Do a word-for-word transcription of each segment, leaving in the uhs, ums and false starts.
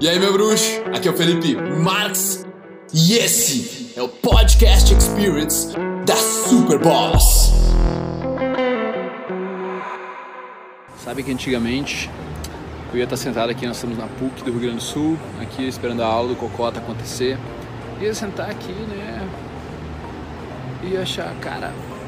E aí, meu bruxo? Aqui é o Felipe Marques e esse é o Podcast Experience da Superboss. Sabe que antigamente eu ia estar sentado aqui, nós estamos na P U C do Rio Grande do Sul, aqui esperando a aula do Cocota acontecer. Ia sentar aqui, né? E achar, cara...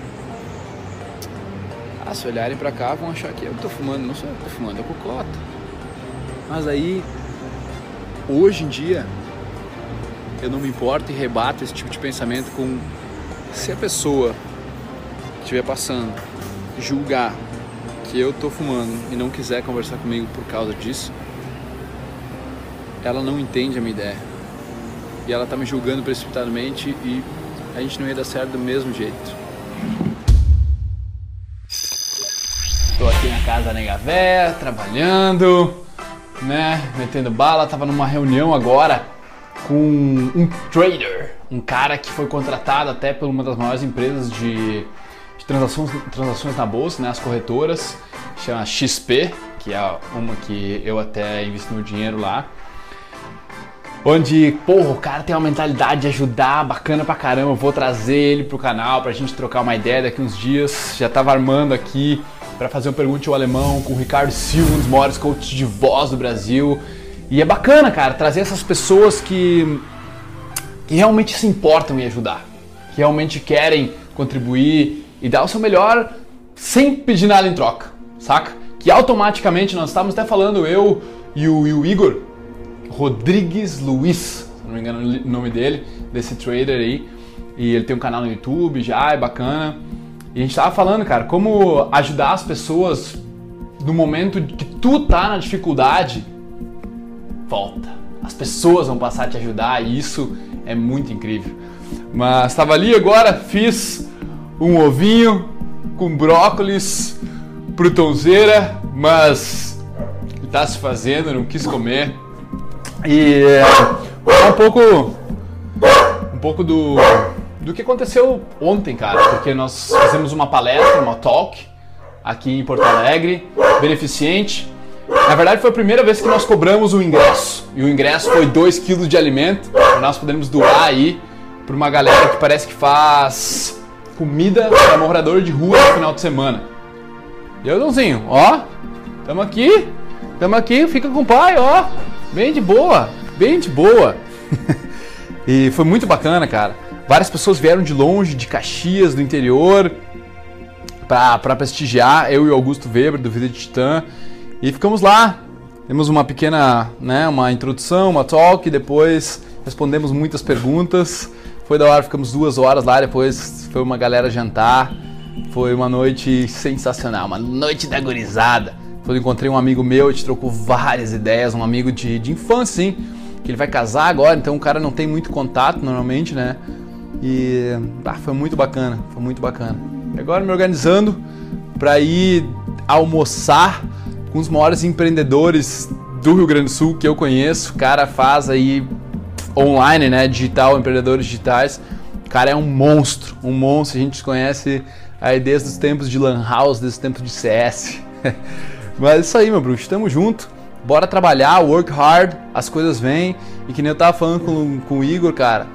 Ah, se olharem pra cá vão achar que eu que tô fumando. Não sou eu que tô fumando, é o Cocota. Mas aí, hoje em dia, eu não me importo e rebato esse tipo de pensamento com... Se a pessoa que estiver passando julgar que eu tô fumando e não quiser conversar comigo por causa disso, ela não entende a minha ideia. E ela tá me julgando precipitadamente e a gente não ia dar certo do mesmo jeito. Tô aqui na casa da Nega Véia, trabalhando, né, metendo bala. Tava numa reunião agora com um trader, um cara que foi contratado até por uma das maiores empresas de, de transações, transações na bolsa, né, as corretoras, chama X P, que é uma que eu até invisto meu dinheiro lá. Onde, porra, o cara tem uma mentalidade de ajudar, bacana pra caramba. Eu vou trazer ele pro canal pra gente trocar uma ideia daqui uns dias. Já tava armando aqui pra fazer um Pergunte ao Alemão com o Ricardo Silva, um dos maiores coaches de voz do Brasil. E é bacana, cara, trazer essas pessoas que, que realmente se importam em ajudar, que realmente querem contribuir e dar o seu melhor sem pedir nada em troca, saca? Que automaticamente, nós estávamos até falando, eu e o, e o Igor Rodrigues Luiz, se não me engano o nome dele, desse trader aí, e ele tem um canal no YouTube já, é bacana. E a gente tava falando, cara, como ajudar as pessoas no momento que tu tá na dificuldade, volta. As pessoas vão passar a te ajudar e isso é muito incrível. Mas tava ali agora, fiz um ovinho com brócolis pro tonzeira, mas ele tá se fazendo, não quis comer. E é um pouco, um pouco do, do que aconteceu ontem, cara, porque nós fizemos uma palestra, uma talk, aqui em Porto Alegre, beneficente. Na verdade foi a primeira vez que nós cobramos o ingresso, e o ingresso foi dois quilos de alimento, para nós podermos doar aí para uma galera que parece que faz comida para morador de rua no final de semana. E eu, Dãozinho, ó, tamo aqui, tamo aqui, fica com o pai, ó. Bem de boa, bem de boa. E foi muito bacana, cara. Várias pessoas vieram de longe, de Caxias, do interior, pra, pra prestigiar. Eu e o Augusto Weber, do Vida de Titã. E ficamos lá. Temos uma pequena, né, uma introdução, uma talk. Depois respondemos muitas perguntas. Foi da hora, ficamos duas horas lá. Depois foi uma galera jantar. Foi uma noite sensacional, uma noite da gurizada. Quando eu encontrei um amigo meu, a gente trocou várias ideias, um amigo de, de infância, sim, que ele vai casar agora, então o cara não tem muito contato normalmente, né? E ah, foi muito bacana, foi muito bacana. E agora me organizando para ir almoçar com os maiores empreendedores do Rio Grande do Sul que eu conheço. O cara faz aí online, né, digital, empreendedores digitais. O cara é um monstro, um monstro, a gente conhece aí desde os tempos de Lan House, desde os tempos de C S. Mas é isso aí, meu bruxo, tamo junto, bora trabalhar, work hard, as coisas vêm. E que nem eu tava falando com, com o Igor, cara,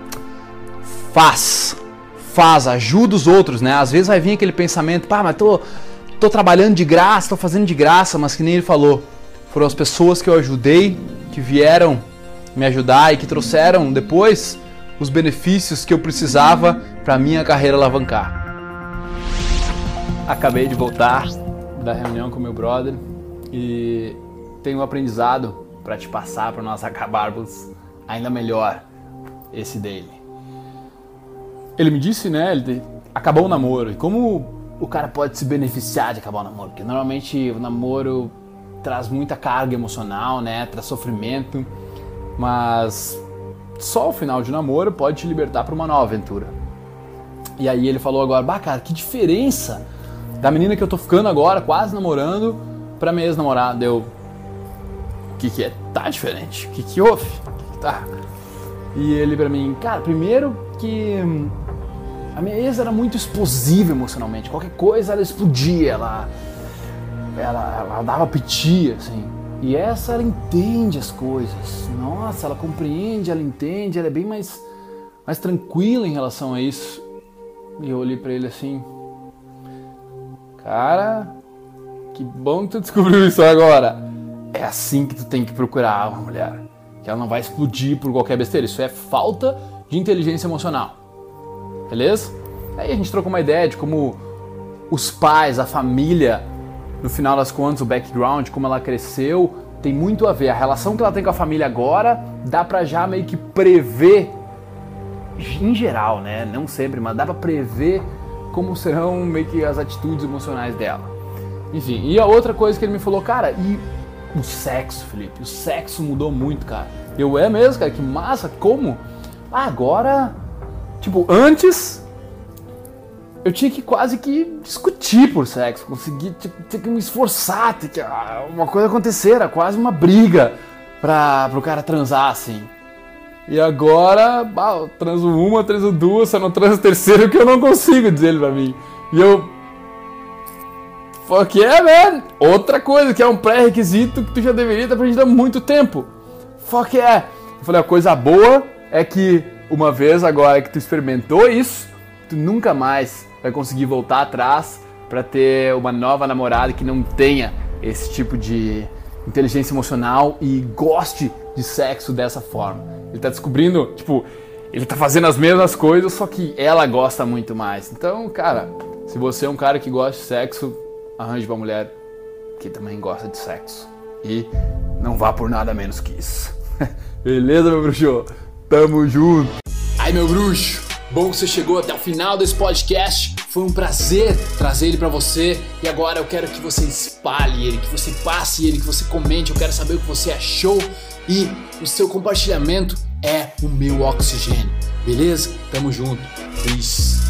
faz, faz, ajuda os outros, né? Às vezes vai vir aquele pensamento, pá, mas tô, tô trabalhando de graça, tô fazendo de graça, mas que nem ele falou, foram as pessoas que eu ajudei, que vieram me ajudar e que trouxeram depois os benefícios que eu precisava pra minha carreira alavancar. Acabei de voltar da reunião com meu brother e tenho um aprendizado para te passar, para nós acabarmos ainda melhor esse dele. Ele me disse, né, ele acabou o namoro, e como o cara pode se beneficiar de acabar o namoro, porque normalmente o namoro traz muita carga emocional, né, traz sofrimento, mas só o final de namoro pode te libertar para uma nova aventura. E aí ele falou agora, bah, cara, que diferença da menina que eu tô ficando agora, quase namorando, pra minha ex-namorada. Eu... O que que é? Tá diferente. O que que houve? O que que tá? E ele pra mim, cara, primeiro que a minha ex era muito explosiva emocionalmente. Qualquer coisa ela explodia, ela... Ela, ela dava piti, assim. E essa, ela entende as coisas. Nossa, ela compreende, ela entende, ela é bem mais, mais tranquila em relação a isso. E eu olhei pra ele assim, cara, que bom que tu descobriu isso agora. É assim que tu tem que procurar uma mulher, que ela não vai explodir por qualquer besteira. Isso é falta de inteligência emocional, beleza? Aí a gente trocou uma ideia de como os pais, a família, no final das contas, o background, como ela cresceu, tem muito a ver. A relação que ela tem com a família agora, dá pra já meio que prever, em geral, né? Não sempre, mas dá pra prever como serão meio que as atitudes emocionais dela. Enfim, e a outra coisa que ele me falou, cara, e o sexo, Felipe? O sexo mudou muito, cara. Eu, é mesmo, cara? Que massa, como? Ah, agora, tipo, antes eu tinha que quase que discutir por sexo, conseguir, tipo, ter que me esforçar, ter que ah, uma coisa acontecer, era quase uma briga pra, pro cara transar, assim. E agora, bah, eu transo uma, transo duas, só não transo terceira que eu não consigo, diz ele pra mim. E eu... Fuck yeah, man! Outra coisa que é um pré-requisito que tu já deveria ter aprendido há muito tempo. Fuck yeah! Eu falei, a coisa boa é que uma vez agora que tu experimentou isso, tu nunca mais vai conseguir voltar atrás pra ter uma nova namorada que não tenha esse tipo de inteligência emocional e goste de sexo dessa forma. Ele tá descobrindo, tipo, ele tá fazendo as mesmas coisas, só que ela gosta muito mais. Então, cara, se você é um cara que gosta de sexo, arranje uma mulher que também gosta de sexo. E não vá por nada menos que isso. Beleza, meu bruxo? Tamo junto. Aí, meu bruxo, bom que você chegou até o final desse podcast. Foi um prazer trazer ele pra você. E agora eu quero que você espalhe ele, que você passe ele, que você comente. Eu quero saber o que você achou. E o seu compartilhamento é o meu oxigênio. Beleza? Tamo junto. Peace.